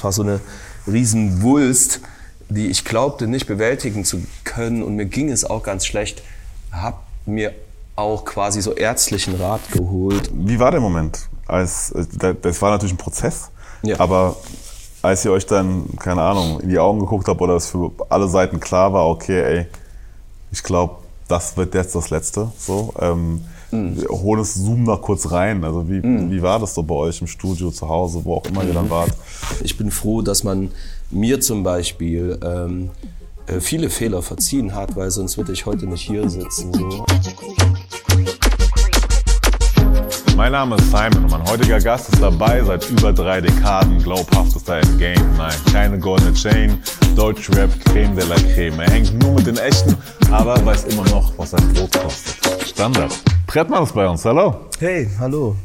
Es war so eine Riesenwulst, die ich glaubte nicht bewältigen zu können, und mir ging es auch ganz schlecht. Hab mir auch quasi so ärztlichen Rat geholt. Wie war der Moment? Das war natürlich ein Prozess, ja. Aber als ihr euch dann, keine Ahnung, in die Augen geguckt habt oder es für alle Seiten klar war, okay, ey, ich glaube, das wird jetzt das Letzte. So, zoom da kurz rein. Also wie war das so bei euch im Studio, zu Hause, wo auch immer ihr dann wart? Ich bin froh, dass man mir zum Beispiel viele Fehler verziehen hat, weil sonst würde ich heute nicht hier sitzen. So. Mein Name ist Simon und mein heutiger Gast ist dabei seit über 3 Dekaden. Glaubhaftester im Game, nein, keine goldene Chain. Deutschrap, Creme de la Creme. Er hängt nur mit den Echten, aber weiß immer noch, was sein Brot kostet. Standard. Trettmann ist bei uns, hallo. Hey, hallo.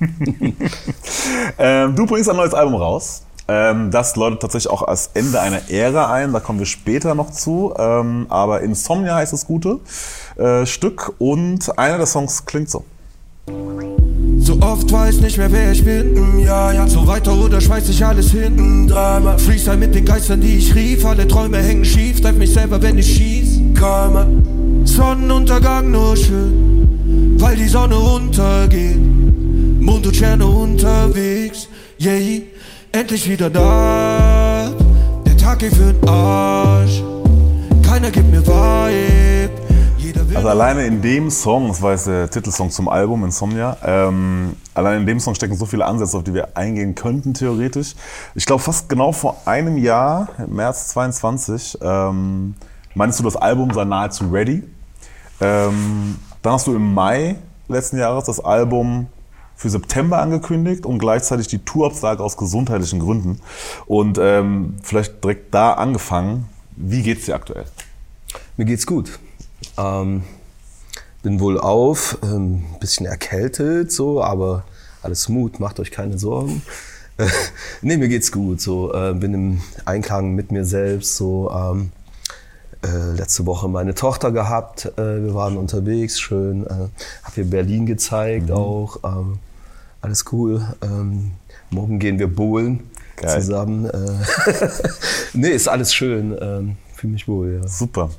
Du bringst ein neues Album raus. Das läutet tatsächlich auch als Ende einer Ära ein, da kommen wir später noch zu. Aber Insomnia heißt das gute Stück und einer der Songs klingt so. So oft weiß nicht mehr, wer ich bin, ja. So weiter oder schmeiß ich alles hin, Drama. Freestyle mit den Geistern, die ich rief. Alle Träume hängen schief, treff mich selber, wenn ich schieß. Karma. Sonnenuntergang nur schön, weil die Sonne untergeht. Mond und Sterne unterwegs, yeah. Endlich wieder da, der Tag geht für den Arsch. Keiner gibt mir Vibe. Also alleine in dem Song, das war jetzt der Titelsong zum Album Insomnia, allein in dem Song stecken so viele Ansätze, auf die wir eingehen könnten theoretisch. Ich glaube fast genau vor einem Jahr, im März 22, meinst du, das Album sei nahezu ready. Dann hast du im Mai letzten Jahres das Album für September angekündigt und gleichzeitig die Tourabsage aus gesundheitlichen Gründen. Und vielleicht direkt da angefangen, wie geht's dir aktuell? Mir geht's gut. Bin wohl ein bisschen erkältet, so, aber alles Mut, macht euch keine Sorgen. Nee, mir geht's gut, so, bin im Einklang mit mir selbst, so, letzte Woche meine Tochter gehabt, wir waren unterwegs, schön, hab hier Berlin gezeigt auch, alles cool, morgen gehen wir bowlen. Geil. Zusammen. Nee, ist alles schön. Fühle mich wohl, ja. Super.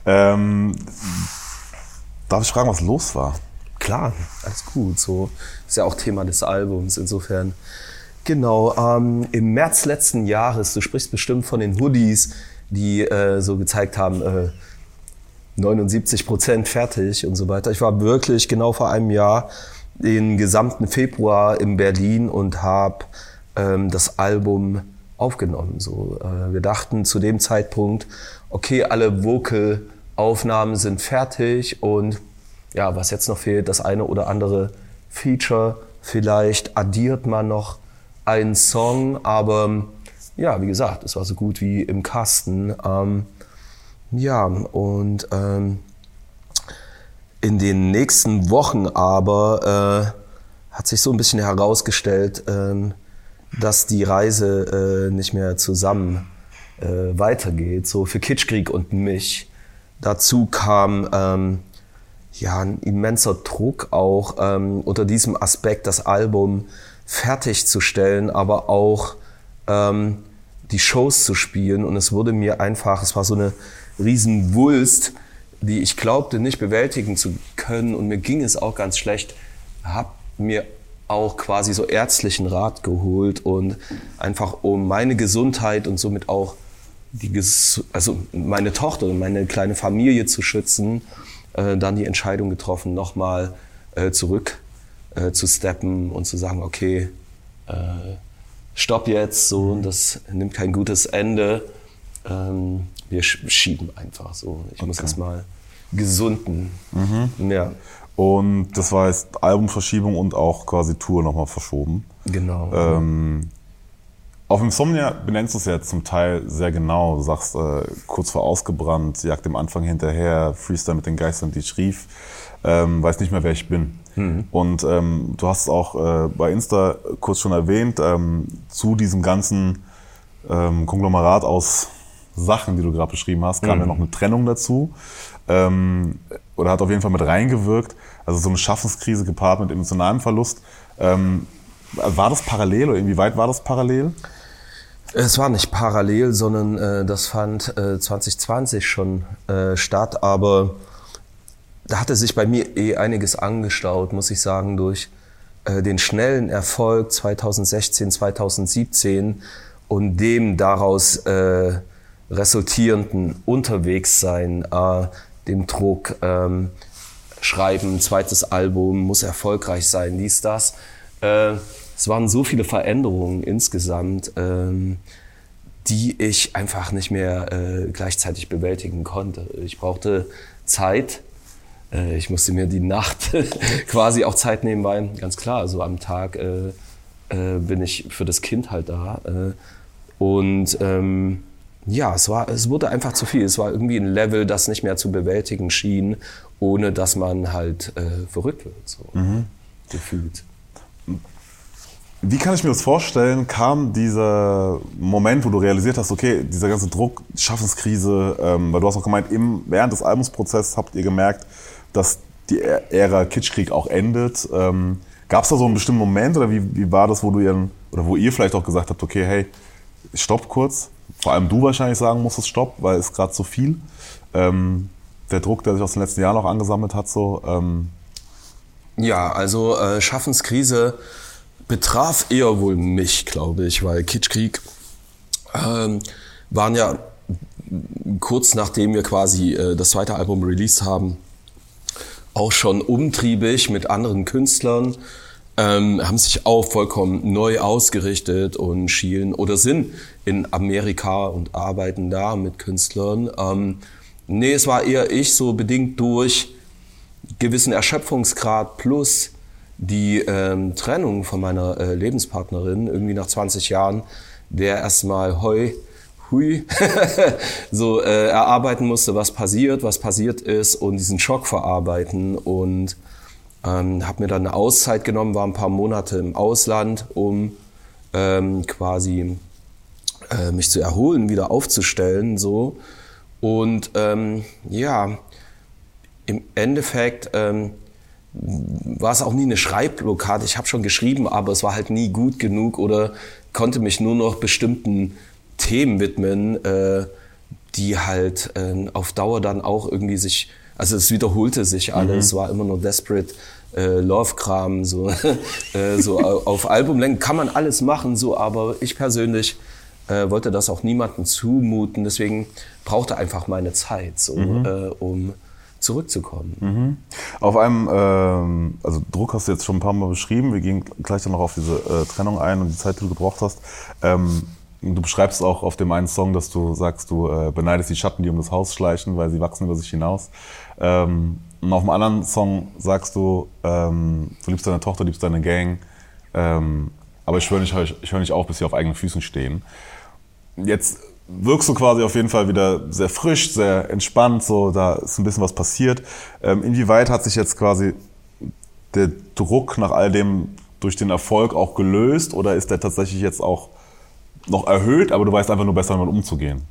Darf ich fragen, was los war? Klar, alles gut. So ist ja auch Thema des Albums. Insofern. Genau. Im März letzten Jahres, du sprichst bestimmt von den Hoodies, die so gezeigt haben, 79% fertig und so weiter. Ich war wirklich genau vor einem Jahr den gesamten Februar in Berlin und habe das Album aufgenommen. So, wir dachten zu dem Zeitpunkt, okay, alle Vocal-Aufnahmen sind fertig und ja, was jetzt noch fehlt, das eine oder andere Feature, vielleicht addiert man noch einen Song, aber ja, wie gesagt, es war so gut wie im Kasten. Ja, und in den nächsten Wochen aber hat sich so ein bisschen herausgestellt, dass die Reise nicht mehr zusammen weitergeht, so für Kitschkrieg und mich. Dazu kam ein immenser Druck auch unter diesem Aspekt, das Album fertigzustellen, aber auch die Shows zu spielen. Und es wurde mir einfach, es war so eine Riesenwulst, die ich glaubte nicht bewältigen zu können. Und mir ging es auch ganz schlecht, hab mir auch quasi so ärztlichen Rat geholt und einfach um meine Gesundheit und somit auch meine Tochter und meine kleine Familie zu schützen, dann die Entscheidung getroffen, nochmal zurück zu steppen und zu sagen, okay, stopp jetzt, so, und das nimmt kein gutes Ende. Wir schieben einfach so. Ich muss erst mal gesunden. Ja. Und das war jetzt Albumverschiebung und auch quasi Tour nochmal verschoben. Genau. Auf Insomnia benennst du es ja zum Teil sehr genau. Du sagst, kurz vor ausgebrannt, jagt dem Anfang hinterher, Freestyle mit den Geistern, die ich rief, weiß nicht mehr, wer ich bin. Und du hast es auch bei Insta kurz schon erwähnt, zu diesem ganzen Konglomerat aus Sachen, die du gerade beschrieben hast, kam ja noch eine Trennung dazu. Oder hat auf jeden Fall mit reingewirkt. Also so eine Schaffenskrise gepaart mit emotionalem Verlust. War das parallel oder inwieweit war das parallel? Es war nicht parallel, sondern das fand 2020 schon statt, aber da hatte sich bei mir einiges angestaut, muss ich sagen, durch den schnellen Erfolg 2016, 2017 und dem daraus resultierenden Unterwegssein, dem Druck, schreiben, zweites Album, muss erfolgreich sein, dies, das. Es waren so viele Veränderungen insgesamt, die ich einfach nicht mehr gleichzeitig bewältigen konnte. Ich brauchte Zeit. Ich musste mir die Nacht quasi auch Zeit nehmen, weil ganz klar, so am Tag bin ich für das Kind halt da. Und ja, es wurde einfach zu viel. Es war irgendwie ein Level, das nicht mehr zu bewältigen schien, ohne dass man halt verrückt wird, so gefühlt. Wie kann ich mir das vorstellen, kam dieser Moment, wo du realisiert hast, okay, dieser ganze Druck, Schaffenskrise, weil du hast auch gemeint, während des Albumsprozesses habt ihr gemerkt, dass die Ära Kitschkrieg auch endet. Gab es da so einen bestimmten Moment oder wie war das, wo ihr vielleicht auch gesagt habt, okay, hey, stopp kurz. Vor allem du wahrscheinlich sagen musstest, stopp, weil es gerade so viel. Der Druck, der sich aus den letzten Jahren auch angesammelt hat, so. Ja, also Schaffenskrise betraf eher wohl mich, glaube ich, weil Kitschkrieg waren ja kurz nachdem wir quasi das zweite Album released haben, auch schon umtriebig mit anderen Künstlern, haben sich auch vollkommen neu ausgerichtet und schielen oder sind in Amerika und arbeiten da mit Künstlern. Nee, es war eher ich, so bedingt durch gewissen Erschöpfungsgrad plus die Trennung von meiner Lebenspartnerin, irgendwie nach 20 Jahren, der erstmal hui, so erarbeiten musste, was passiert ist und diesen Schock verarbeiten und habe mir dann eine Auszeit genommen, war ein paar Monate im Ausland, um quasi mich zu erholen, wieder aufzustellen, so. Und ja, im Endeffekt war es auch nie eine Schreibblockade. Ich habe schon geschrieben, aber es war halt nie gut genug oder konnte mich nur noch bestimmten Themen widmen, die halt auf Dauer dann auch irgendwie also es wiederholte sich alles, war immer nur Desperate Love-Kram, so, so auf Albumlängen kann man alles machen, so, aber ich persönlich wollte das auch niemandem zumuten, deswegen brauchte einfach meine Zeit, so, um zurückzukommen. Auf einem, also Druck hast du jetzt schon ein paar Mal beschrieben, wir gehen gleich dann noch auf diese Trennung ein und die Zeit, die du gebraucht hast. Du beschreibst auch auf dem einen Song, dass du sagst, du beneidest die Schatten, die um das Haus schleichen, weil sie wachsen über sich hinaus. Und auf dem anderen Song sagst du, du liebst deine Tochter, liebst deine Gang, aber ich höre nicht auf, bis sie auf eigenen Füßen stehen. Jetzt wirkst du quasi auf jeden Fall wieder sehr frisch, sehr entspannt, so, da ist ein bisschen was passiert. Inwieweit hat sich jetzt quasi der Druck nach all dem durch den Erfolg auch gelöst oder ist der tatsächlich jetzt auch noch erhöht, aber du weißt einfach nur besser, damit umzugehen?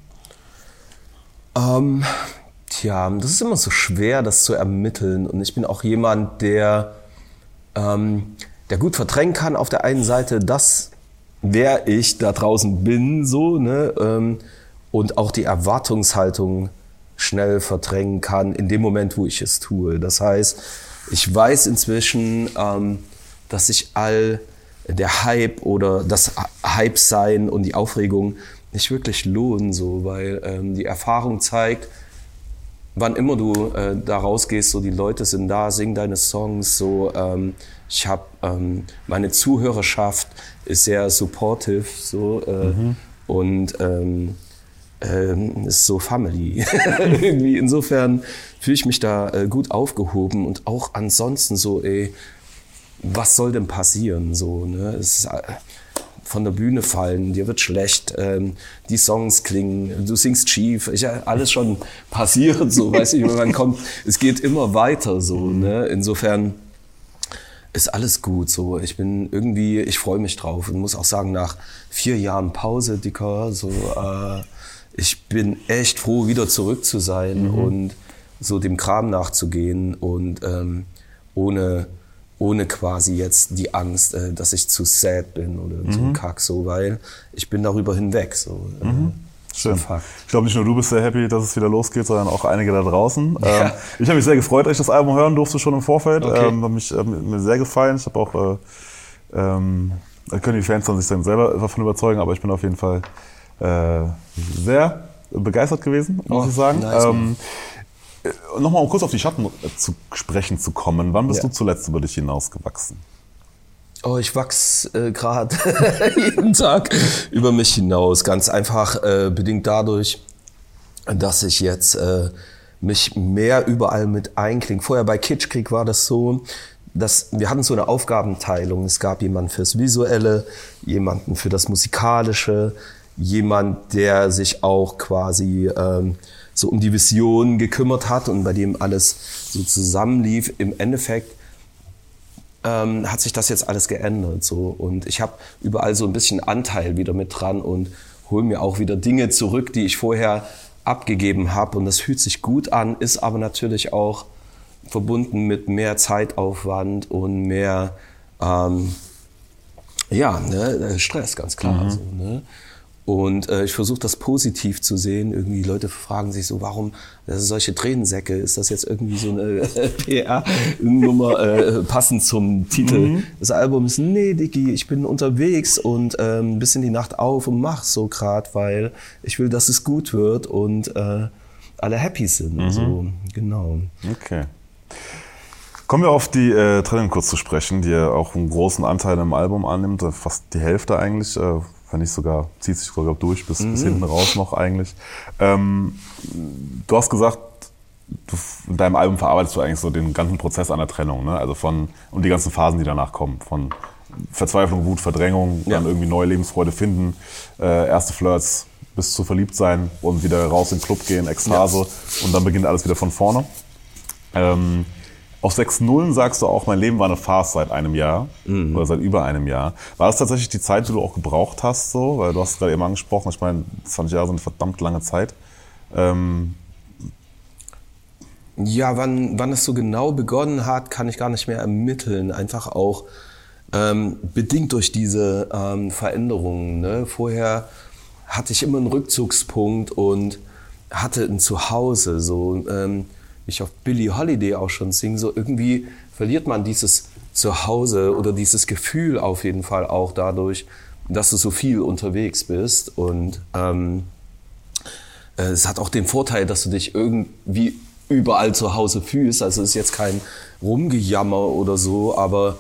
Tja, das ist immer so schwer, das zu ermitteln. Und ich bin auch jemand, der gut verdrängen kann auf der einen Seite, dass wer ich da draußen bin, so, ne, und auch die Erwartungshaltung schnell verdrängen kann in dem Moment, wo ich es tue. Das heißt, ich weiß inzwischen, dass sich der Hype oder das Hype-Sein und die Aufregung nicht wirklich lohnen, so, weil die Erfahrung zeigt, wann immer du da rausgehst, so die Leute sind da, sing deine Songs, so ich habe meine Zuhörerschaft ist sehr supportive, so und ist so Family irgendwie. Insofern fühle ich mich da gut aufgehoben und auch ansonsten so, was soll denn passieren, so, ne? Es ist, von der Bühne fallen, dir wird schlecht, die Songs klingen, du singst schief, alles schon passiert, so, weißt du, man kommt, es geht immer weiter, so, ne? Insofern ist alles gut, so, ich freue mich drauf und muss auch sagen, nach 4 Jahren Pause, Dicker, so, ich bin echt froh, wieder zurück zu sein und so dem Kram nachzugehen und ohne ohne quasi jetzt die Angst, dass ich zu sad bin oder so ein Kack, so, weil ich bin darüber hinweg. So, schön. Ich glaube, nicht nur du bist sehr happy, dass es wieder losgeht, sondern auch einige da draußen. Ja. Ich habe mich sehr gefreut, dass ich das Album hören durfte schon im Vorfeld. Okay. Hat mir sehr gefallen. Ich habe auch, da können die Fans dann sich dann selber davon überzeugen, aber ich bin auf jeden Fall sehr begeistert gewesen, muss ich sagen. Nice, Nochmal, um kurz auf die Schatten zu sprechen zu kommen. Wann bist du zuletzt über dich hinausgewachsen? Oh, ich wachse gerade jeden Tag über mich hinaus. Ganz einfach bedingt dadurch, dass ich jetzt mich mehr überall mit einklinge. Vorher bei Kitschkrieg war das so, dass wir hatten so eine Aufgabenteilung. Es gab jemanden fürs Visuelle, jemanden für das Musikalische, jemand, der sich auch quasi so um die Vision gekümmert hat und bei dem alles so zusammenlief. Im Endeffekt hat sich das jetzt alles geändert. So. Und ich habe überall so ein bisschen Anteil wieder mit dran und hole mir auch wieder Dinge zurück, die ich vorher abgegeben habe. Und das fühlt sich gut an, ist aber natürlich auch verbunden mit mehr Zeitaufwand und mehr Stress, ganz klar. So, ne? Und ich versuche das positiv zu sehen. Irgendwie Leute fragen sich so, warum solche Tränensäcke? Ist das jetzt irgendwie so eine PR-Nummer passend zum Titel des Albums? Nee, Diggi, ich bin unterwegs und bis in die Nacht auf und mach so grad, weil ich will, dass es gut wird und alle happy sind. So, genau. Okay. Kommen wir auf die Trennung kurz zu sprechen, die ja auch einen großen Anteil im Album annimmt, fast die Hälfte eigentlich. Wenn nicht sogar, zieht sich sogar durch bis hinten raus noch eigentlich. Du hast gesagt, in deinem Album verarbeitest du eigentlich so den ganzen Prozess einer Trennung, ne? Also und die ganzen Phasen, die danach kommen. Von Verzweiflung, Wut, Verdrängung, dann irgendwie neue Lebensfreude finden, erste Flirts bis zu Verliebtsein und wieder raus in den Club gehen, Ekstase und dann beginnt alles wieder von vorne. Auf 6.0 sagst du auch, mein Leben war eine Farce seit einem Jahr oder seit über einem Jahr. War das tatsächlich die Zeit, die du auch gebraucht hast, so? Weil du hast es gerade eben angesprochen, ich meine, 20 Jahre sind eine verdammt lange Zeit. Ja, wann es so genau begonnen hat, kann ich gar nicht mehr ermitteln. Einfach auch bedingt durch diese Veränderungen. Ne? Vorher hatte ich immer einen Rückzugspunkt und hatte ein Zuhause, so ich auf Billie Holiday auch schon singe, so irgendwie verliert man dieses Zuhause oder dieses Gefühl auf jeden Fall auch dadurch, dass du so viel unterwegs bist und es hat auch den Vorteil, dass du dich irgendwie überall zu Hause fühlst, also es ist jetzt kein Rumgejammer oder so, aber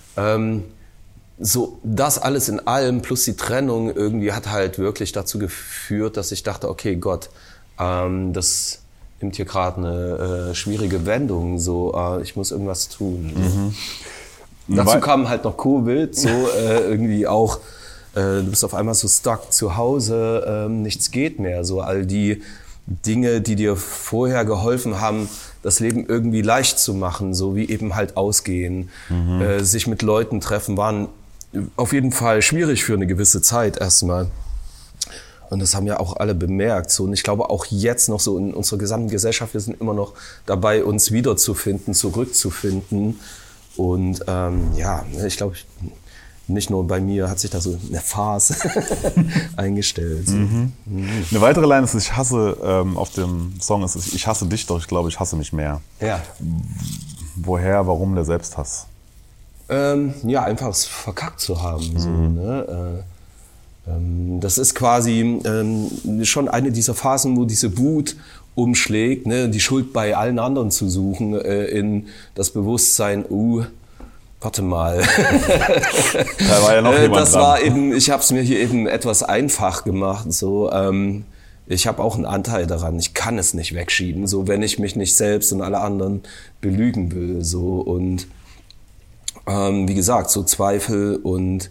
so das alles in allem plus die Trennung irgendwie hat halt wirklich dazu geführt, dass ich dachte, okay Gott, das nimmt hier gerade eine schwierige Wendung, so ich muss irgendwas tun. Dazu kam halt noch Covid, so irgendwie auch, du bist auf einmal so stuck zu Hause, nichts geht mehr, so all die Dinge, die dir vorher geholfen haben, das Leben irgendwie leicht zu machen, so wie eben halt ausgehen, sich mit Leuten treffen, waren auf jeden Fall schwierig für eine gewisse Zeit erstmal. Und das haben ja auch alle bemerkt. So. Und ich glaube auch jetzt noch so in unserer gesamten Gesellschaft, wir sind immer noch dabei, uns wiederzufinden, zurückzufinden. Und ich glaube, nicht nur bei mir hat sich da so eine Farce eingestellt. So. Eine weitere Line ist, ich hasse, auf dem Song ist, ich hasse dich, doch ich glaube, ich hasse mich mehr. Ja. Woher, warum der Selbsthass? Einfach es verkackt zu haben. So, ne? Das ist quasi schon eine dieser Phasen, wo diese Wut umschlägt, ne, die Schuld bei allen anderen zu suchen, in das Bewusstsein, warte mal. Da war ja noch jemand das dran. war eben, ich habe es mir hier eben etwas einfach gemacht. So, ich habe auch einen Anteil daran. Ich kann es nicht wegschieben, so wenn ich mich nicht selbst und alle anderen belügen will. So und wie gesagt, so Zweifel und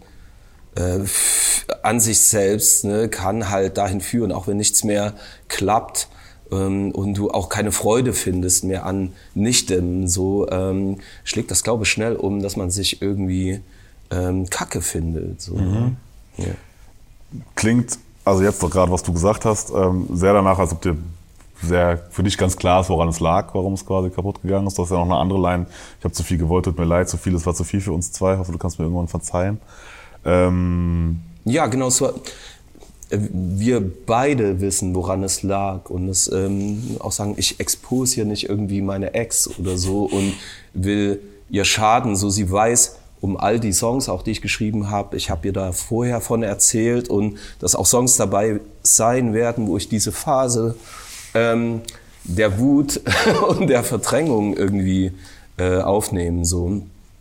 an sich selbst, ne, kann halt dahin führen, auch wenn nichts mehr klappt und du auch keine Freude findest mehr an Nichtem, so schlägt das, glaube ich, schnell um, dass man sich irgendwie Kacke findet. So. Klingt, also jetzt doch gerade, was du gesagt hast, sehr danach, als ob dir sehr für dich ganz klar ist, woran es lag, warum es quasi kaputt gegangen ist. Du hast ja noch eine andere Line, ich habe zu viel gewollt, tut mir leid, zu viel, es war zu viel für uns zwei. Ich hoffe, du kannst mir irgendwann verzeihen. Ja, genau, so. Wir beide wissen, woran es lag und es auch sagen, ich expose hier nicht irgendwie meine Ex oder so und will ihr schaden, so sie weiß um all die Songs, auch die ich geschrieben habe. Ich habe ihr da vorher von erzählt und dass auch Songs dabei sein werden, wo ich diese Phase der Wut und der Verdrängung irgendwie aufnehmen. So.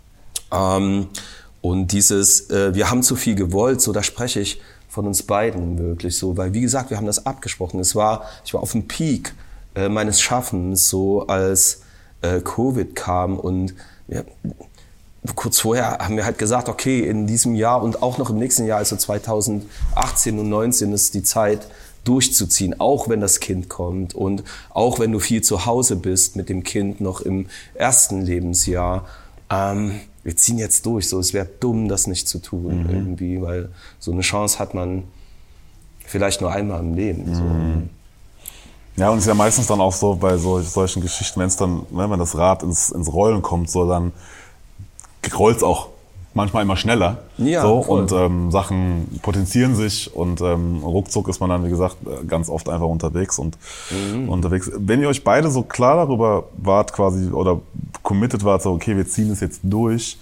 Und dieses, wir haben zu viel gewollt, so da spreche ich von uns beiden wirklich so, weil wie gesagt, wir haben das abgesprochen. Ich war auf dem Peak meines Schaffens, so als Covid kam und kurz vorher haben wir halt gesagt, okay, in diesem Jahr und auch noch im nächsten Jahr, also 2018 und 2019 ist die Zeit durchzuziehen, auch wenn das Kind kommt und auch wenn du viel zu Hause bist mit dem Kind noch im ersten Lebensjahr. Wir ziehen jetzt durch, so, es wäre dumm, das nicht zu tun irgendwie, weil so eine Chance hat man vielleicht nur einmal im Leben. So. Ja, und es ist ja meistens dann auch so bei solchen Geschichten, wenn das Rad ins Rollen kommt, so dann rollt es auch manchmal immer schneller. Ja, so, voll. Und Sachen potenzieren sich und ruckzuck ist man dann, wie gesagt, ganz oft einfach unterwegs. Wenn ihr euch beide so klar darüber wart quasi oder committed wart, so okay, wir ziehen es jetzt durch,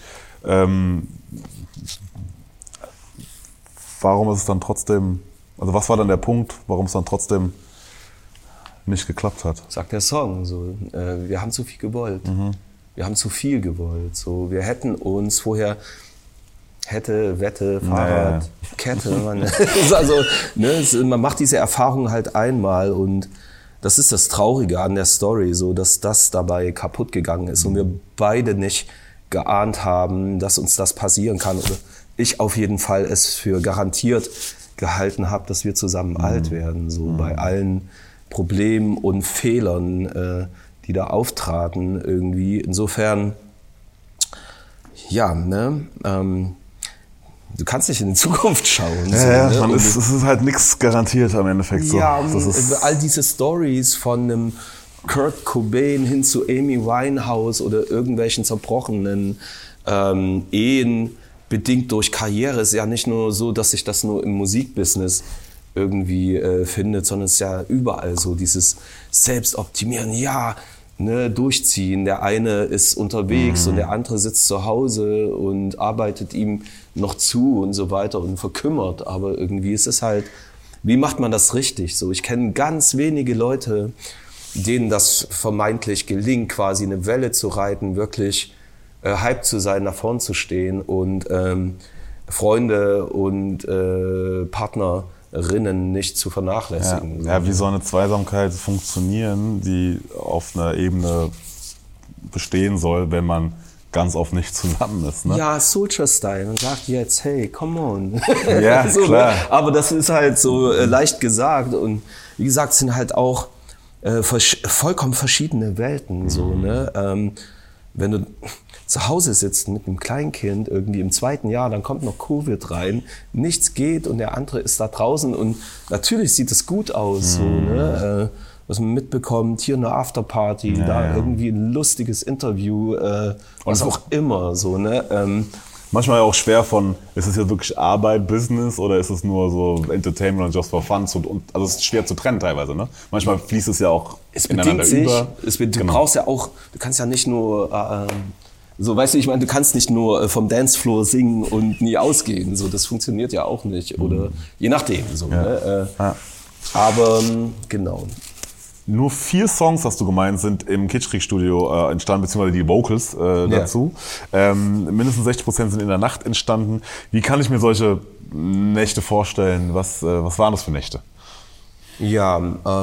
warum ist es dann trotzdem, also was war dann der Punkt, warum es dann trotzdem nicht geklappt hat? Sagt der Song, so, wir haben zu viel gewollt. Wir haben zu viel gewollt. So, wir hätten uns vorher Wette, Fahrrad, Kette. Man macht diese Erfahrung halt einmal und das ist das Traurige an der Story, so dass das dabei kaputt gegangen ist und wir beide nicht geahnt haben, dass uns das passieren kann. Oder ich auf jeden Fall es für garantiert gehalten habe, dass wir zusammen alt werden, so bei allen Problemen und Fehlern, die da auftraten irgendwie. Insofern, ja, ne, du kannst nicht in die Zukunft schauen. Ja, so, ne? Es ist halt nichts garantiert am Endeffekt. So. Ja, das ist all diese Stories von einem Kurt Cobain hin zu Amy Winehouse oder irgendwelchen zerbrochenen Ehen, bedingt durch Karriere, ist ja nicht nur so, dass sich das nur im Musikbusiness irgendwie findet, sondern es ist ja überall so, dieses Selbstoptimieren, ja, ne, durchziehen. Der eine ist unterwegs und der andere sitzt zu Hause und arbeitet ihm noch zu und so weiter und verkümmert. Aber irgendwie ist es halt, wie macht man das richtig? So, ich kenne ganz wenige Leute, denen das vermeintlich gelingt, quasi eine Welle zu reiten, wirklich hyped zu sein, nach vorn zu stehen und Freunde und Partnerinnen nicht zu vernachlässigen. Ja, wie soll eine Zweisamkeit funktionieren, die auf einer Ebene bestehen soll, wenn man ganz oft nicht zusammen ist, ne? Ja, Soulja-Style und sagt jetzt, hey, come on. Ja, so, klar. Ne? Aber das ist halt so leicht gesagt und wie gesagt, es sind halt auch vollkommen verschiedene Welten, so, ne? Wenn du zu Hause sitzt mit einem Kleinkind irgendwie im 2. Jahr, dann kommt noch Covid rein, nichts geht und der andere ist da draußen und natürlich sieht es gut aus, so, ne? Was man mitbekommt, hier eine Afterparty, da irgendwie ein lustiges Interview, was auch immer, so, ne? Manchmal auch schwer ist es jetzt wirklich Arbeit, Business oder ist es nur so Entertainment und just for fun? Also es ist schwer zu trennen teilweise, ne? Manchmal fließt es ja auch ineinander über. Du brauchst ja auch, du kannst ja nicht nur, so, weißt du, ich meine, du kannst nicht nur vom Dancefloor singen und nie ausgehen, so, das funktioniert ja auch nicht, oder je nachdem, so, ne? Aber, genau. Nur 4 Songs, hast du gemeint, sind im Kitschkrieg-Studio entstanden, beziehungsweise die Vocals dazu. Mindestens 60% sind in der Nacht entstanden. Wie kann ich mir solche Nächte vorstellen? Was waren das für Nächte? Ja,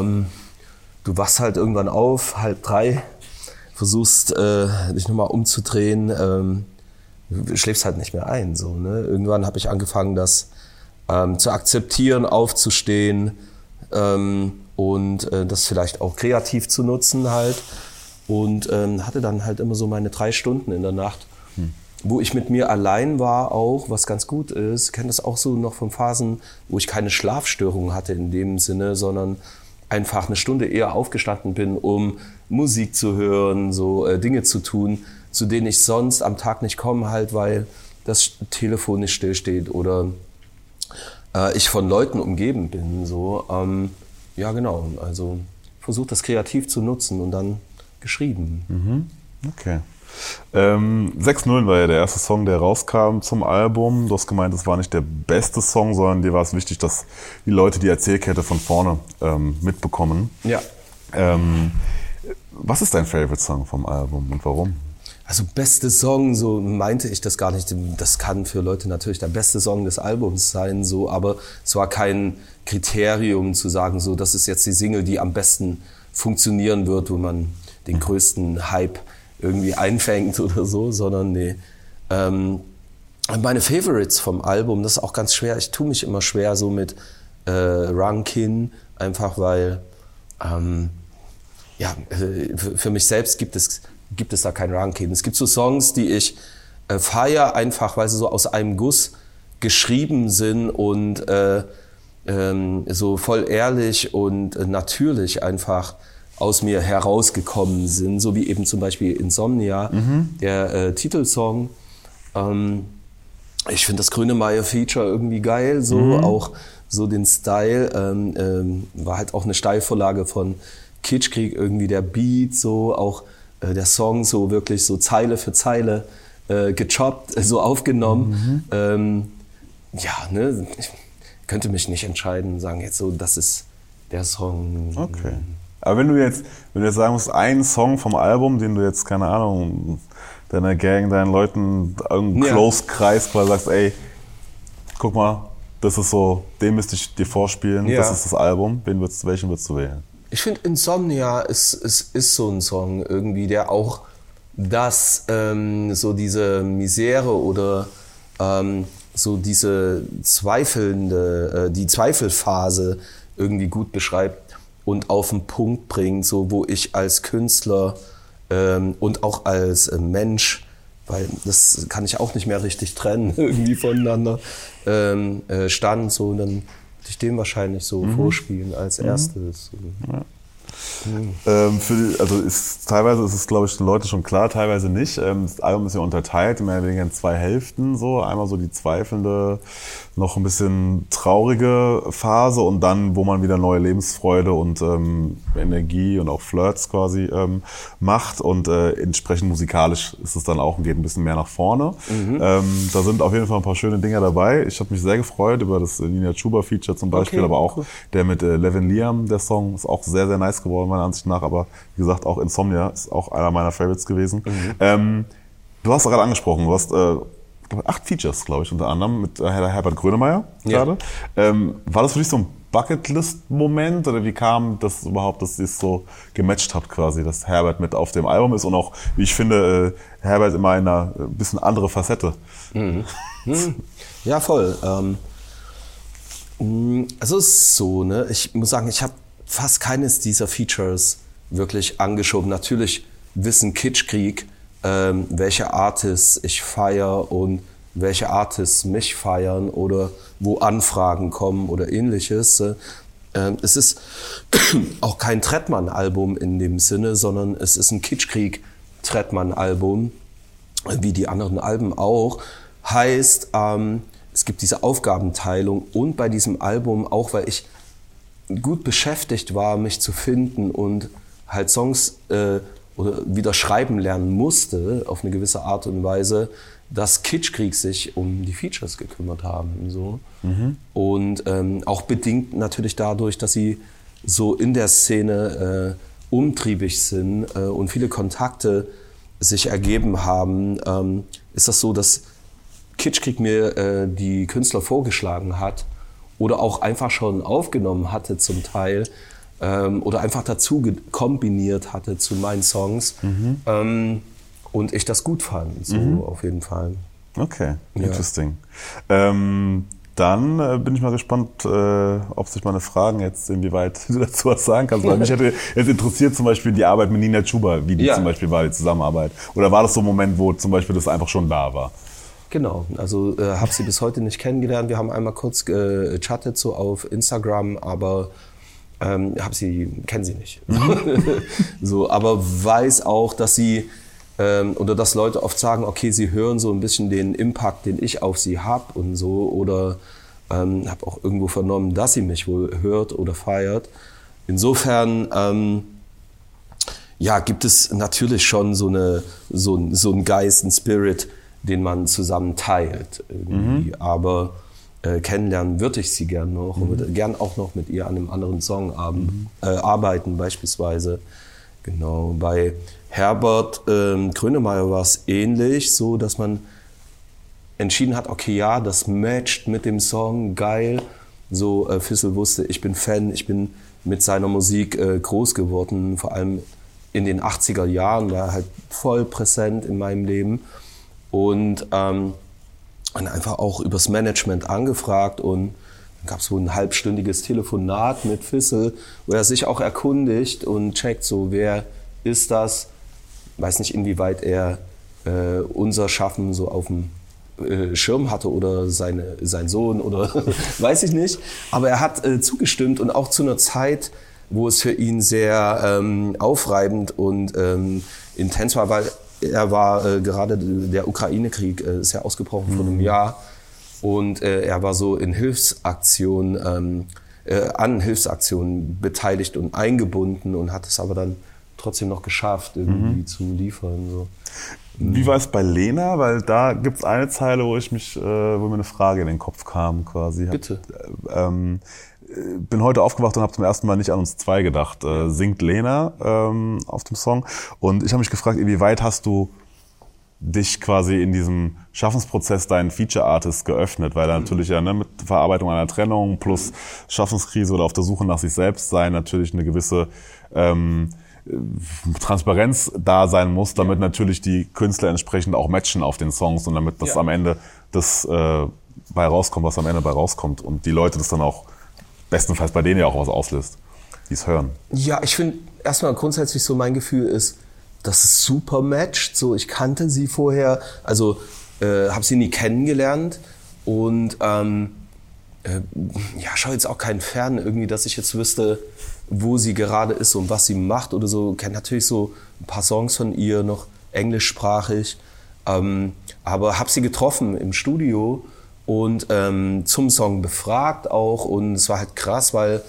du wachst halt irgendwann auf, 2:30, versuchst dich nochmal umzudrehen, schläfst halt nicht mehr ein. So, ne? Irgendwann habe ich angefangen, das zu akzeptieren, aufzustehen, und das vielleicht auch kreativ zu nutzen halt und hatte dann halt immer so meine 3 Stunden in der Nacht, wo ich mit mir allein war auch, was ganz gut ist. Ich kenne das auch so noch von Phasen, wo ich keine Schlafstörungen hatte in dem Sinne, sondern einfach eine Stunde eher aufgestanden bin, um Musik zu hören, so Dinge zu tun, zu denen ich sonst am Tag nicht komme, halt, weil das Telefon nicht stillsteht oder ich von Leuten umgeben bin. So, ja, genau. Also versucht das kreativ zu nutzen und dann geschrieben. Okay. 6-0 war ja der erste Song, der rauskam zum Album. Du hast gemeint, es war nicht der beste Song, sondern dir war es wichtig, dass die Leute die Erzählkette von vorne mitbekommen. Ja. Was ist dein Favorite-Song vom Album und warum? Also beste Song, so meinte ich das gar nicht. Das kann für Leute natürlich der beste Song des Albums sein, so, aber es war kein Kriterium zu sagen, so, das ist jetzt die Single, die am besten funktionieren wird, wo man den größten Hype irgendwie einfängt oder so, sondern nee. Meine Favorites vom Album, das ist auch ganz schwer. Ich tue mich immer schwer so mit Rankin, einfach weil für mich selbst gibt es da kein Ranking. Es gibt so Songs, die ich feiere, einfach weil sie so aus einem Guss geschrieben sind und so voll ehrlich und natürlich einfach aus mir herausgekommen sind, so wie eben zum Beispiel Insomnia, der Titelsong. Ich finde das Grönemeyer-Feature irgendwie geil, so auch so den Style, war halt auch eine Steilvorlage von Kitschkrieg, irgendwie der Beat, so auch der Song so wirklich so Zeile für Zeile gechoppt, so aufgenommen. Ja, ne, ich könnte mich nicht entscheiden, sagen jetzt so, das ist der Song. Okay. Aber wenn du jetzt sagen musst, einen Song vom Album, den du jetzt, keine Ahnung, deiner Gang, deinen Leuten, irgendeinem Close-Kreis quasi sagst, ey, guck mal, das ist so, den müsste ich dir vorspielen, das ist das Album, welchen würdest du wählen? Ich finde, Insomnia ist so ein Song irgendwie, der auch das, so diese Misere oder so diese die Zweifelphase irgendwie gut beschreibt und auf den Punkt bringt, so wo ich als Künstler und auch als Mensch, weil das kann ich auch nicht mehr richtig trennen, irgendwie voneinander, stand, so, und dann würde ich den wahrscheinlich so vorspielen als erstes. Ja. Teilweise ist es, glaube ich, den Leuten schon klar, teilweise nicht. Das Album ist ja unterteilt, mehr oder weniger in zwei Hälften. So. Einmal so die zweifelnde, noch ein bisschen traurige Phase und dann, wo man wieder neue Lebensfreude und Energie und auch Flirts quasi macht. Und entsprechend musikalisch ist es dann auch und geht ein bisschen mehr nach vorne. Da sind auf jeden Fall ein paar schöne Dinger dabei. Ich habe mich sehr gefreut über das Nina Chuba-Feature zum Beispiel, aber auch der mit Levin Liam, der Song, ist auch sehr, sehr nice geworden, meiner Ansicht nach, aber wie gesagt, auch Insomnia ist auch einer meiner Favorites gewesen. Du hast gerade angesprochen, du hast 8 Features, glaube ich, unter anderem mit Herbert Grönemeyer gerade. War das für dich so ein Bucketlist-Moment oder wie kam das überhaupt, dass ihr es so gematcht habt quasi, dass Herbert mit auf dem Album ist und auch, wie ich finde, Herbert immer in einer bisschen andere Facette? Ja, voll. Also es ist so, ne? Ich muss sagen, ich habe fast keines dieser Features wirklich angeschoben. Natürlich wissen Kitschkrieg, welche Artists ich feiere und welche Artists mich feiern oder wo Anfragen kommen oder ähnliches. Es ist auch kein Trettmann-Album in dem Sinne, sondern es ist ein Kitschkrieg-Trettmann-Album, wie die anderen Alben auch. Heißt, es gibt diese Aufgabenteilung und bei diesem Album, auch weil ich gut beschäftigt war, mich zu finden und halt Songs oder wieder schreiben lernen musste, auf eine gewisse Art und Weise, dass Kitschkrieg sich um die Features gekümmert haben. So. Und auch bedingt natürlich dadurch, dass sie so in der Szene umtriebig sind und viele Kontakte sich ergeben haben, ist das so, dass Kitschkrieg mir die Künstler vorgeschlagen hat oder auch einfach schon aufgenommen hatte zum Teil oder einfach dazu kombiniert hatte zu meinen Songs und ich das gut fand, so auf jeden Fall. Okay, interesting. Dann bin ich mal gespannt, ob sich meine Fragen jetzt, inwieweit du dazu was sagen kannst. Weil mich hätte jetzt interessiert zum Beispiel die Arbeit mit Nina Chuba, wie die zum Beispiel war, die Zusammenarbeit. Oder war das so ein Moment, wo zum Beispiel das einfach schon da war? Genau, also habe sie bis heute nicht kennengelernt. Wir haben einmal kurz gechattet so auf Instagram, aber Kenne sie nicht. So, aber weiß auch, dass sie oder dass Leute oft sagen, okay, sie hören so ein bisschen den Impact, den ich auf sie habe und so, oder habe auch irgendwo vernommen, dass sie mich wohl hört oder feiert. Insofern gibt es natürlich schon so einen Geist, einen Spirit, den man zusammen teilt irgendwie. Aber kennenlernen würde ich sie gern noch und würde gern auch noch mit ihr an einem anderen Song arbeiten beispielsweise. Genau, bei Herbert Grönemeyer war es ähnlich, so dass man entschieden hat, okay, ja, das matcht mit dem Song, geil. So, Fissel wusste, ich bin Fan, ich bin mit seiner Musik groß geworden, vor allem in den 80er Jahren, war er halt voll präsent in meinem Leben. Und einfach auch übers Management angefragt und dann gab es so ein halbstündiges Telefonat mit Fissel, wo er sich auch erkundigt und checkt, so wer ist das? Weiß nicht, inwieweit er unser Schaffen so auf dem Schirm hatte oder sein Sohn oder weiß ich nicht. Aber er hat zugestimmt und auch zu einer Zeit, wo es für ihn sehr aufreibend und intens war, weil er war gerade der Ukraine-Krieg ist ja ausgebrochen vor einem Jahr und er war so in Hilfsaktionen, an Hilfsaktionen beteiligt und eingebunden und hat es aber dann trotzdem noch geschafft, irgendwie zu liefern. So. Wie war es bei Lena? Weil da gibt es eine Zeile, wo mir eine Frage in den Kopf kam quasi. Bitte. Bin heute aufgewacht und habe zum ersten Mal nicht an uns zwei gedacht. Singt Lena auf dem Song. Und ich habe mich gefragt, inwieweit hast du dich quasi in diesem Schaffensprozess deinen Feature-Artist geöffnet? Weil er natürlich ja mit Verarbeitung einer Trennung plus Schaffenskrise oder auf der Suche nach sich selbst sein natürlich eine gewisse Transparenz da sein muss, damit natürlich die Künstler entsprechend auch matchen auf den Songs und damit das am Ende das bei rauskommt, was am Ende bei rauskommt und die Leute das dann auch bestenfalls bei denen ja auch was auslöst, die es hören. Ja, ich finde erstmal grundsätzlich so mein Gefühl ist, dass es super matcht. So, ich kannte sie vorher, also habe sie nie kennengelernt und schau jetzt auch keinen Fern irgendwie, dass ich jetzt wüsste, wo sie gerade ist und was sie macht oder so. Ich kenne natürlich so ein paar Songs von ihr, noch englischsprachig, aber habe sie getroffen im Studio und zum Song befragt auch und es war halt krass, weil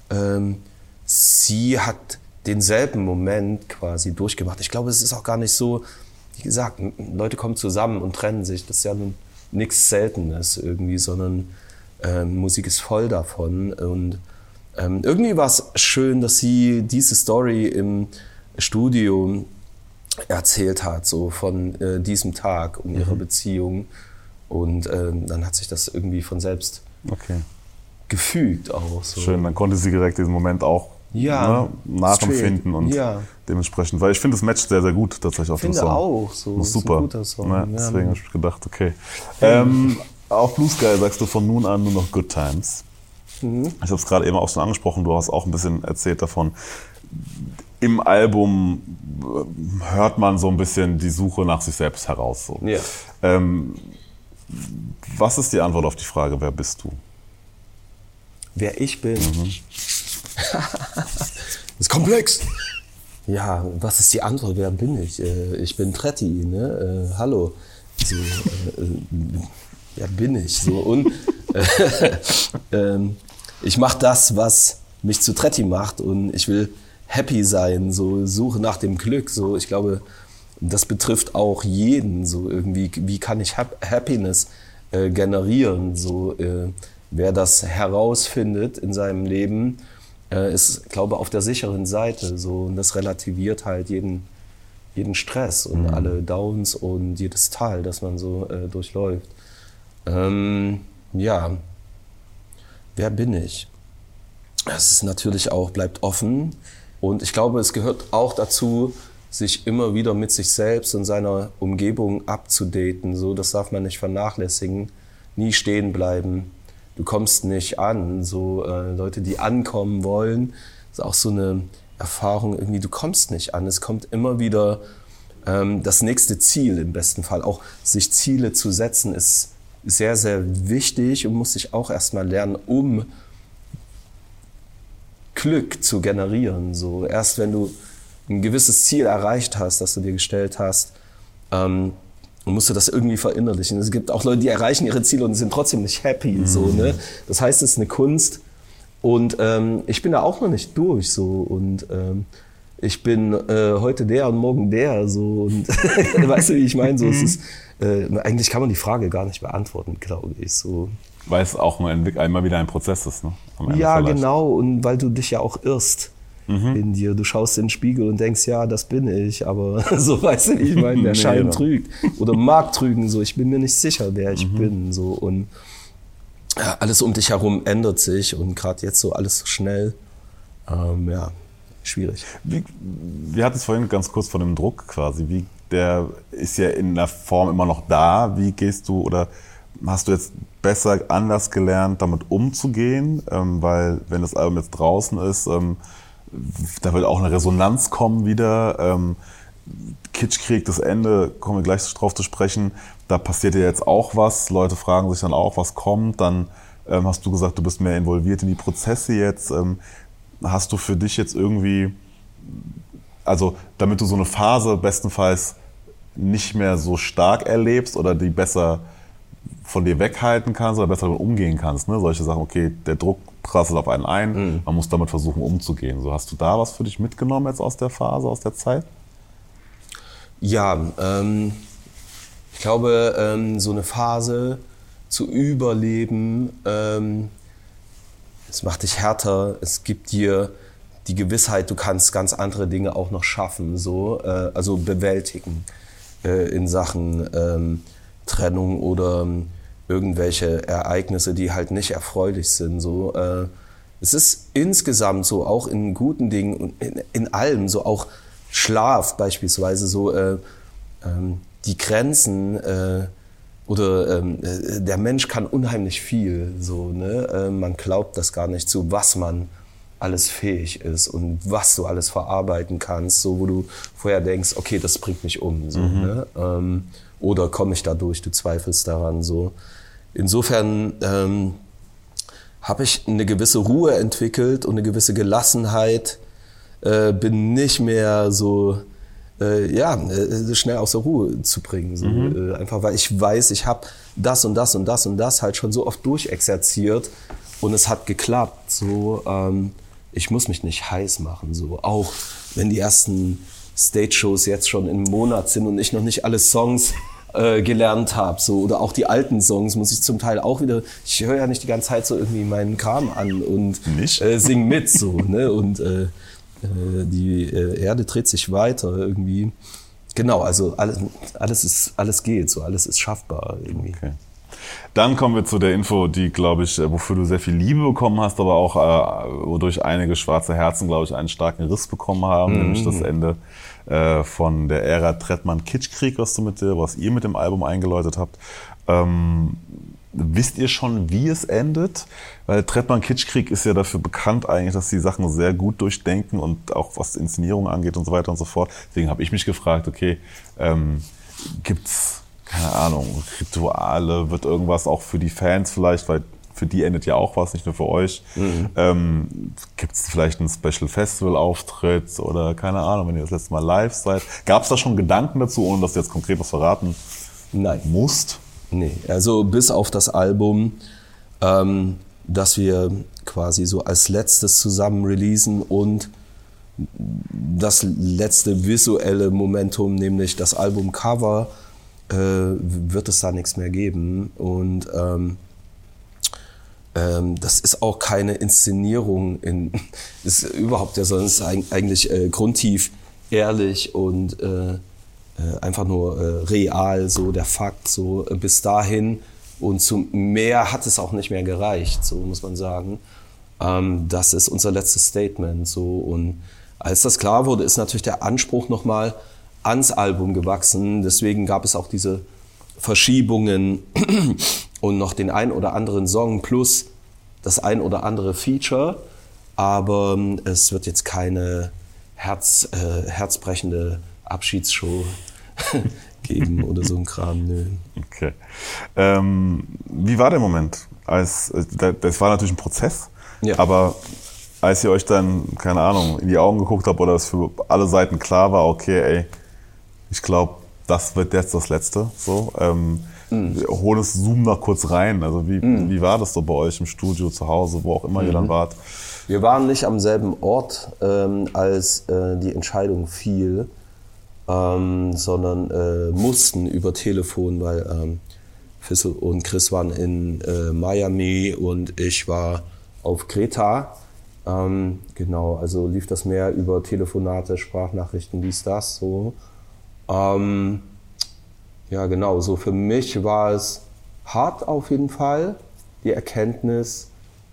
sie hat denselben Moment quasi durchgemacht. Ich glaube, es ist auch gar nicht so, wie gesagt, Leute kommen zusammen und trennen sich, das ist ja nichts Seltenes irgendwie, sondern Musik ist voll davon und irgendwie war es schön, dass sie diese Story im Studio erzählt hat, so von diesem Tag und ihrer Beziehung. Und dann hat sich das irgendwie von selbst gefügt auch. So. Schön, dann konnte sie direkt diesen Moment auch nachempfinden und dementsprechend, weil ich finde, es matcht sehr, sehr gut tatsächlich auf dem Song. Ich finde auch, so das ist super. Ein guter Song. Ja, deswegen habe ich gedacht, okay. Auf Blue Sky sagst du von nun an nur noch Good Times. Ich habe es gerade eben auch schon angesprochen, du hast auch ein bisschen erzählt davon. Im Album hört man so ein bisschen die Suche nach sich selbst heraus. So. Ja. Was ist die Antwort auf die Frage, wer bist du? Wer ich bin? Das ist komplex. Ja, was ist die Antwort? Wer bin ich? Ich bin Tretti, ne? Hallo. So, wer bin ich? So, und ich mache das, was mich zu Tretti macht und ich will happy sein, so suche nach dem Glück. So, ich glaube, das betrifft auch jeden. So irgendwie, wie kann ich Happiness generieren? So, wer das herausfindet in seinem Leben, ist, glaube ich, auf der sicheren Seite. So, und das relativiert halt jeden Stress und alle Downs und jedes Tal, das man so durchläuft. Wer bin ich? Es ist natürlich auch, bleibt offen. Und ich glaube, es gehört auch dazu, sich immer wieder mit sich selbst und seiner Umgebung abzudaten. So, das darf man nicht vernachlässigen. Nie stehen bleiben. Du kommst nicht an. So, Leute, die ankommen wollen, ist auch so eine Erfahrung irgendwie, du kommst nicht an. Es kommt immer wieder das nächste Ziel im besten Fall. Auch sich Ziele zu setzen ist sehr, sehr wichtig und muss sich auch erstmal lernen, um Glück zu generieren. So erst wenn du ein gewisses Ziel erreicht hast, das du dir gestellt hast, musst du das irgendwie verinnerlichen. Es gibt auch Leute, die erreichen ihre Ziele und sind trotzdem nicht happy. So, ne? Das heißt, es ist eine Kunst. Und ich bin da auch noch nicht durch. So. Und ich bin heute der und morgen der. So. Und weißt du, wie ich meine? So, es ist, eigentlich kann man die Frage gar nicht beantworten, glaube ich. So. Weil es auch immer wieder ein Prozess ist. Ne? Ja, genau. Und weil du dich ja auch irrst in dir. Du schaust in den Spiegel und denkst, ja, das bin ich. Aber so, weißt du, wie ich meine, der Schein trügt. Oder mag trügen. So. Ich bin mir nicht sicher, wer ich bin. So. Und ja, alles um dich herum ändert sich. Und gerade jetzt so alles so schnell. Ja, schwierig. Wir hatten es vorhin ganz kurz von dem Druck quasi. Der ist ja in der Form immer noch da. Wie gehst du oder hast du jetzt besser, anders gelernt, damit umzugehen? Weil wenn das Album jetzt draußen ist, da wird auch eine Resonanz kommen wieder. Kitschkrieg, das Ende, kommen wir gleich drauf zu sprechen. Da passiert ja jetzt auch was. Leute fragen sich dann auch, was kommt. Dann hast du gesagt, du bist mehr involviert in die Prozesse jetzt. Hast du für dich jetzt irgendwie, also damit du so eine Phase bestenfalls nicht mehr so stark erlebst oder die besser von dir weghalten kannst oder besser damit umgehen kannst, ne? Solche Sachen, okay, der Druck prasselt auf einen ein, man muss damit versuchen umzugehen. So, hast du da was für dich mitgenommen jetzt aus der Phase, aus der Zeit? Ja, ich glaube, so eine Phase zu überleben, es macht dich härter, es gibt dir die Gewissheit, du kannst ganz andere Dinge auch noch schaffen, so, also bewältigen in Sachen Trennung oder irgendwelche Ereignisse, die halt nicht erfreulich sind. So. Es ist insgesamt so, auch in guten Dingen und in allem, so auch Schlaf beispielsweise, so die Grenzen oder der Mensch kann unheimlich viel. So, ne? Man glaubt das gar nicht, zu was man alles fähig ist und was du alles verarbeiten kannst, so wo du vorher denkst, okay, das bringt mich um. So, ne? Oder komme ich da durch, du zweifelst daran. So. Insofern habe ich eine gewisse Ruhe entwickelt und eine gewisse Gelassenheit, bin nicht mehr so schnell aus der Ruhe zu bringen. So. Einfach weil ich weiß, ich habe das und das und das und das halt schon so oft durchexerziert und es hat geklappt. So, ich muss mich nicht heiß machen. So. Auch wenn die ersten Stage-Shows jetzt schon im Monat sind und ich noch nicht alle Songs gelernt habe, so, oder auch die alten Songs muss ich zum Teil auch wieder, ich höre ja nicht die ganze Zeit so irgendwie meinen Kram an und sing mit, so, ne, und die Erde dreht sich weiter irgendwie. Genau, also alles geht, so, alles ist schaffbar irgendwie. Okay. Dann kommen wir zu der Info, die, glaube ich, wofür du sehr viel Liebe bekommen hast, aber auch wodurch einige schwarze Herzen, glaube ich, einen starken Riss bekommen haben, nämlich das Ende von der Ära Trettmann-Kitschkrieg, was ihr mit dem Album eingeläutet habt. Wisst ihr schon, wie es endet? Weil Trettmann-Kitschkrieg ist ja dafür bekannt eigentlich, dass sie Sachen sehr gut durchdenken und auch was Inszenierung angeht und so weiter und so fort. Deswegen habe ich mich gefragt, okay, gibt's, keine Ahnung, Rituale, wird irgendwas auch für die Fans vielleicht, weil für die endet ja auch was, nicht nur für euch. Gibt es vielleicht einen Special-Festival-Auftritt oder keine Ahnung, wenn ihr das letzte Mal live seid. Gab es da schon Gedanken dazu, ohne dass du jetzt konkret was verraten musst? Nee, also bis auf das Album, das wir quasi so als letztes zusammen releasen und das letzte visuelle Momentum, nämlich das Albumcover, wird es da nichts mehr geben. Und das ist auch keine Inszenierung, ist überhaupt ja sonst eigentlich grundtief ehrlich und einfach nur real, so der Fakt, so bis dahin. Und zum mehr hat es auch nicht mehr gereicht, so muss man sagen. Das ist unser letztes Statement, so. Und als das klar wurde, ist natürlich der Anspruch nochmal ans Album gewachsen. Deswegen gab es auch diese Verschiebungen und noch den ein oder anderen Song plus das ein oder andere Feature. Aber es wird jetzt keine herzbrechende Abschiedsshow geben oder so ein Kram. Nö. Okay. Wie war der Moment? Das war natürlich ein Prozess, ja. Aber als ihr euch dann, keine Ahnung, in die Augen geguckt habt oder es für alle Seiten klar war, okay, ey, ich glaube, das wird jetzt das Letzte. So, zoom da kurz rein. Also wie war das so bei euch im Studio, zu Hause, wo auch immer ihr dann wart? Wir waren nicht am selben Ort, als die Entscheidung fiel, sondern mussten über Telefon, weil Fissel und Chris waren in Miami und ich war auf Kreta. Genau, also lief das mehr über Telefonate, Sprachnachrichten, dies, das, so. Ja, genau, so für mich war es hart auf jeden Fall. Die Erkenntnis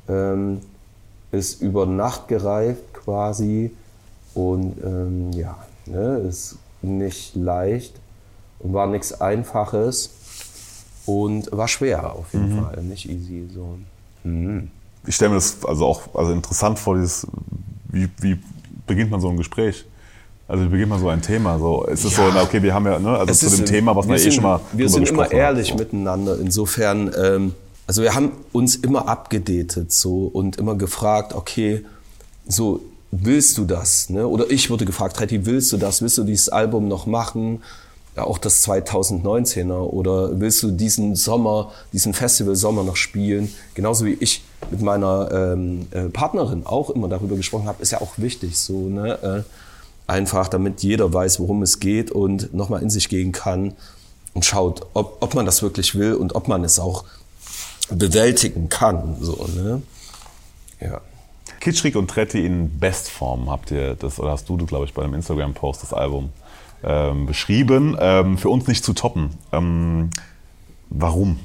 ist über Nacht gereift quasi und ja, ne, ist nicht leicht und war nichts Einfaches und war schwer auf jeden Fall, nicht easy. So. Ich stelle mir das also interessant vor, wie beginnt man so ein Gespräch? Also wie beginnt man so ein Thema? So, ist es so, okay, wir haben ja, ne, also zu dem Thema, was wir schon mal wir sind immer ehrlich miteinander, insofern, also wir haben uns immer abgedatet so und immer gefragt, okay, so willst du das? Ne? Oder ich wurde gefragt, Tretti, willst du das? Willst du dieses Album noch machen? Ja, auch das 2019er. Oder willst du diesen Sommer, diesen Festival-Sommer noch spielen? Genauso wie ich mit meiner Partnerin auch immer darüber gesprochen habe, ist ja auch wichtig so, ne? Einfach, damit jeder weiß, worum es geht und nochmal in sich gehen kann und schaut, ob man das wirklich will und ob man es auch bewältigen kann. So, ne? Ja. Kitschkrieg und Tretti in Bestform habt ihr das, oder hast du, glaube ich, bei einem Instagram-Post das Album beschrieben. Für uns nicht zu toppen. Warum?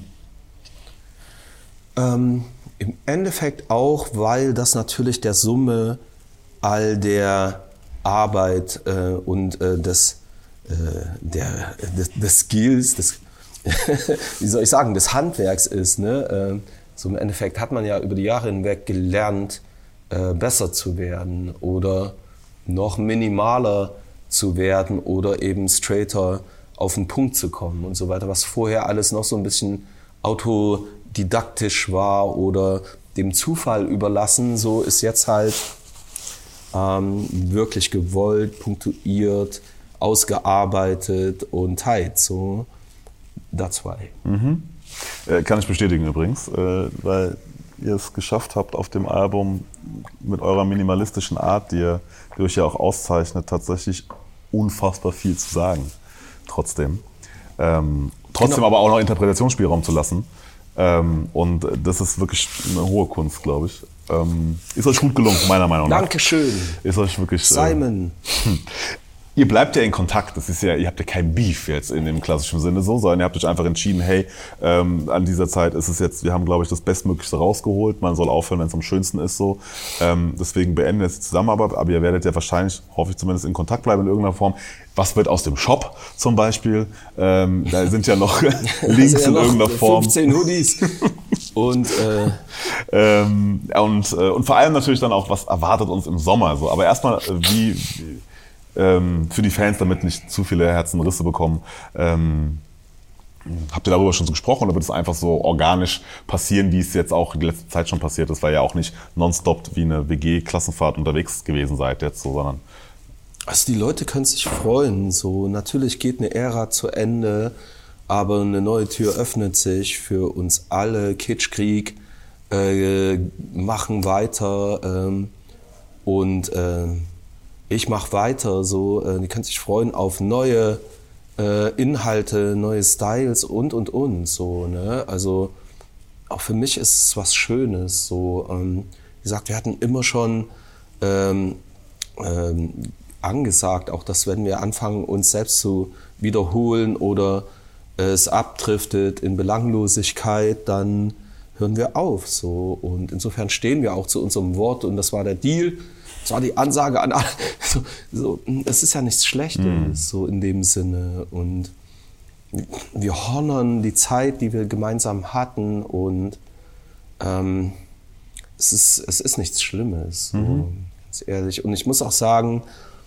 Im Endeffekt auch, weil das natürlich der Summe all der Arbeit und des Skills, wie soll ich sagen, des Handwerks ist. Ne? So im Endeffekt hat man ja über die Jahre hinweg gelernt, besser zu werden oder noch minimaler zu werden oder eben straighter auf den Punkt zu kommen und so weiter, was vorher alles noch so ein bisschen autodidaktisch war oder dem Zufall überlassen, so ist jetzt halt wirklich gewollt, punktuiert, ausgearbeitet und tight, so that's why. Kann ich bestätigen übrigens, weil ihr es geschafft habt, auf dem Album mit eurer minimalistischen Art, die euch ja auch auszeichnet, tatsächlich unfassbar viel zu sagen. Trotzdem genau. Aber auch noch Interpretationsspielraum zu lassen. Und das ist wirklich eine hohe Kunst, glaube ich. Ist euch gut gelungen, meiner Meinung nach. Dankeschön. Ist euch wirklich. Simon. Ihr bleibt ja in Kontakt. Das ist ja, ihr habt ja kein Beef jetzt in dem klassischen Sinne so, sondern ihr habt euch einfach entschieden, hey, an dieser Zeit ist es jetzt, wir haben, glaube ich, das Bestmöglichste rausgeholt. Man soll aufhören, wenn es am schönsten ist so. Deswegen beenden wir jetzt die Zusammenarbeit. Aber ihr werdet ja wahrscheinlich, hoffe ich zumindest, in Kontakt bleiben in irgendeiner Form. Was wird aus dem Shop zum Beispiel? Da sind ja noch Links in irgendeiner Form. 15 Hoodies. Und vor allem natürlich dann auch, was erwartet uns im Sommer so. Aber erstmal, für die Fans, damit nicht zu viele Herzenrisse bekommen, habt ihr darüber schon so gesprochen oder wird es einfach so organisch passieren, wie es jetzt auch in letzter Zeit schon passiert ist, weil ihr auch nicht nonstop wie eine WG-Klassenfahrt unterwegs gewesen seid jetzt so, sondern... Also die Leute können sich freuen, so natürlich geht eine Ära zu Ende, aber eine neue Tür öffnet sich für uns alle. Kitschkrieg machen weiter und ich mache weiter. So, die können sich freuen auf neue Inhalte, neue Styles und. So, ne? Also auch für mich ist es was Schönes. So, wie gesagt, wir hatten immer schon angesagt, auch dass wenn wir anfangen, uns selbst zu wiederholen oder es abdriftet in Belanglosigkeit, dann hören wir auf. So. Und insofern stehen wir auch zu unserem Wort und das war der Deal, das war die Ansage an alle. So, es ist ja nichts Schlechtes, so in dem Sinne. Und wir honern die Zeit, die wir gemeinsam hatten und es ist nichts Schlimmes, so, ganz ehrlich. Und ich muss auch sagen,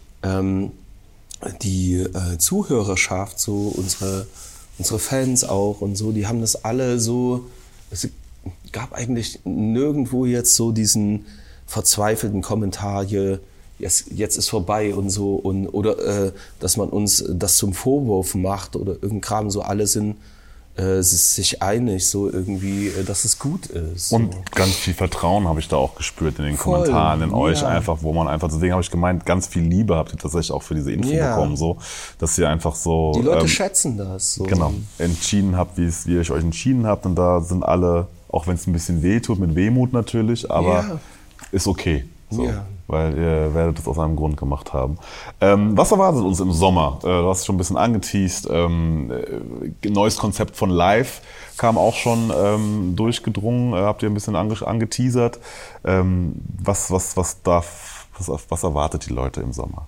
die Zuhörerschaft, so unsere Fans auch und so, die haben das alle so, es gab eigentlich nirgendwo jetzt so diesen verzweifelten Kommentar hier, jetzt ist vorbei und so, oder dass man uns das zum Vorwurf macht oder irgendein Kram, so alle sind sich einig, so irgendwie, dass es gut ist. Und so. ganz viel Vertrauen habe ich da auch gespürt in den Kommentaren, in euch einfach, wo man einfach, deswegen habe ich gemeint, ganz viel Liebe habt ihr tatsächlich auch für diese Info bekommen, so, dass ihr einfach so... Die Leute schätzen das. So. Genau, entschieden habt, wie ihr euch entschieden habt, und da sind alle, auch wenn es ein bisschen weh tut, mit Wehmut natürlich, aber ist okay. So, weil ihr werdet das aus einem Grund gemacht haben. Was erwartet uns im Sommer? Du hast schon ein bisschen angeteast. Neues Konzept von Live kam auch schon durchgedrungen. Habt ihr ein bisschen angeteasert. Was erwartet die Leute im Sommer?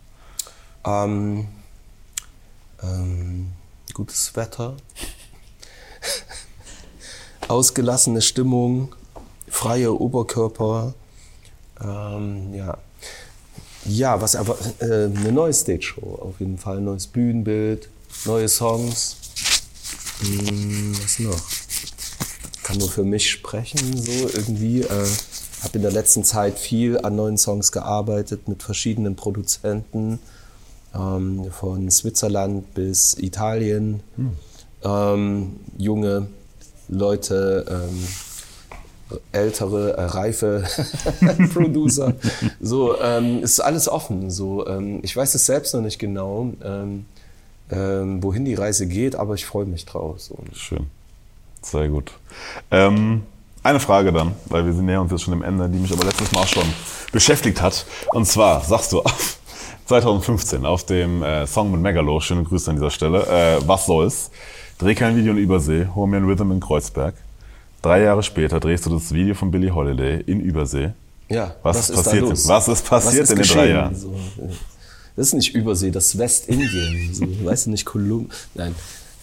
Gutes Wetter. Ausgelassene Stimmung. Freie Oberkörper. Was aber eine neue Stage-Show auf jeden Fall, neues Bühnenbild, neue Songs. Was noch? Kann nur für mich sprechen, so irgendwie. Habe in der letzten Zeit viel an neuen Songs gearbeitet mit verschiedenen Produzenten, von Switzerland bis Italien. Junge Leute, ältere, reife Producer. So, ist alles offen. So, ich weiß es selbst noch nicht genau, wohin die Reise geht, aber ich freue mich drauf. So. Schön. Sehr gut. Eine Frage dann, weil wir nähern uns jetzt schon dem Ende, die mich aber letztes Mal schon beschäftigt hat. Und zwar sagst du 2015 auf dem Song mit Megalo, schöne Grüße an dieser Stelle, was soll's? Dreh kein Video in Übersee, hol mir ein Rhythm in Kreuzberg. 3 Jahre später drehst du das Video von Billie Holiday in Übersee. Ja, was ist passiert in den 3 Jahren? So, das ist nicht Übersee, das ist Westindien. So, weißt du nicht, Kolumbien? Nein.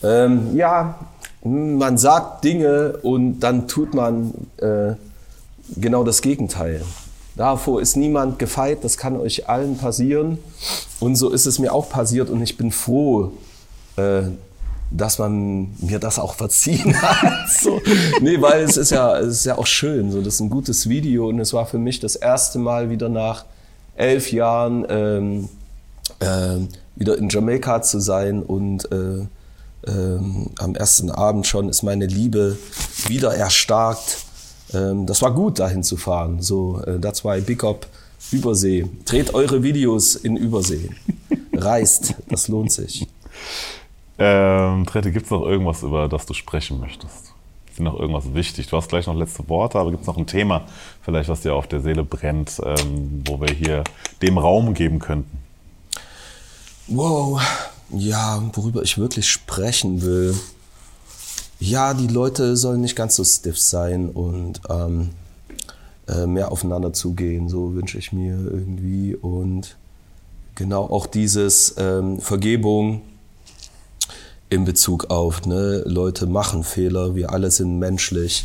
Man sagt Dinge und dann tut man genau das Gegenteil. Davor ist niemand gefeit, das kann euch allen passieren. Und so ist es mir auch passiert und ich bin froh, dass man mir das auch verziehen hat. So. Nee, weil es ist ja auch schön. So. Das ist ein gutes Video und es war für mich das erste Mal wieder nach 11 Jahren wieder in Jamaika zu sein und am ersten Abend schon ist meine Liebe wieder erstarkt. Das war gut, dahin zu fahren. So, that's why Big Up Übersee. Dreht eure Videos in Übersee. Reist, das lohnt sich. Tretti, gibt es noch irgendwas, über das du sprechen möchtest? Ist dir noch irgendwas wichtig? Du hast gleich noch letzte Worte, aber gibt es noch ein Thema, vielleicht, was dir auf der Seele brennt, wo wir hier dem Raum geben könnten? Wow, ja, worüber ich wirklich sprechen will. Ja, die Leute sollen nicht ganz so stiff sein und mehr aufeinander zugehen, so wünsche ich mir irgendwie. Und genau auch dieses Vergebung in Bezug auf, ne, Leute machen Fehler, wir alle sind menschlich.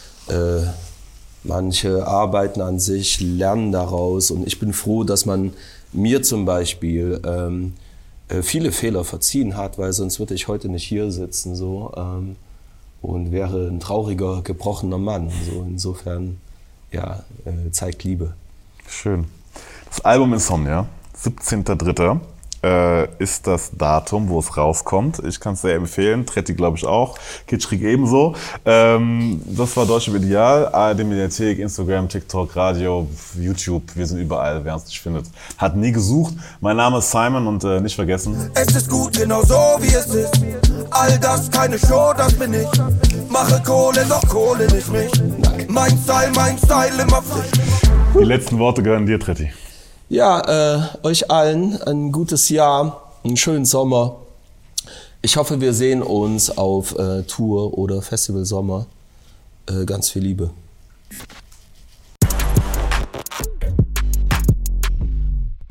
Manche arbeiten an sich, lernen daraus und ich bin froh, dass man mir zum Beispiel viele Fehler verziehen hat, weil sonst würde ich heute nicht hier sitzen so und wäre ein trauriger, gebrochener Mann. So insofern, ja, zeigt Liebe. Schön. Das Album Insomnia, 17.03. Ist das Datum, wo es rauskommt. Ich kann es sehr empfehlen. Tretti, glaube ich, auch. Kitschrig ebenso. Das war Deutschland Ideal. ARD Mediathek, Instagram, TikTok, Radio, YouTube. Wir sind überall, wer uns nicht findet. Hat nie gesucht. Mein Name ist Simon und nicht vergessen. Es ist gut, genau so wie es ist. All das, keine Show, das bin ich. Mache Kohle, doch Kohle nicht mich. Mein Style, immer frisch. Die letzten Worte gehören dir, Tretti. Ja, euch allen ein gutes Jahr, einen schönen Sommer. Ich hoffe, wir sehen uns auf Tour oder Festival Sommer. Ganz viel Liebe.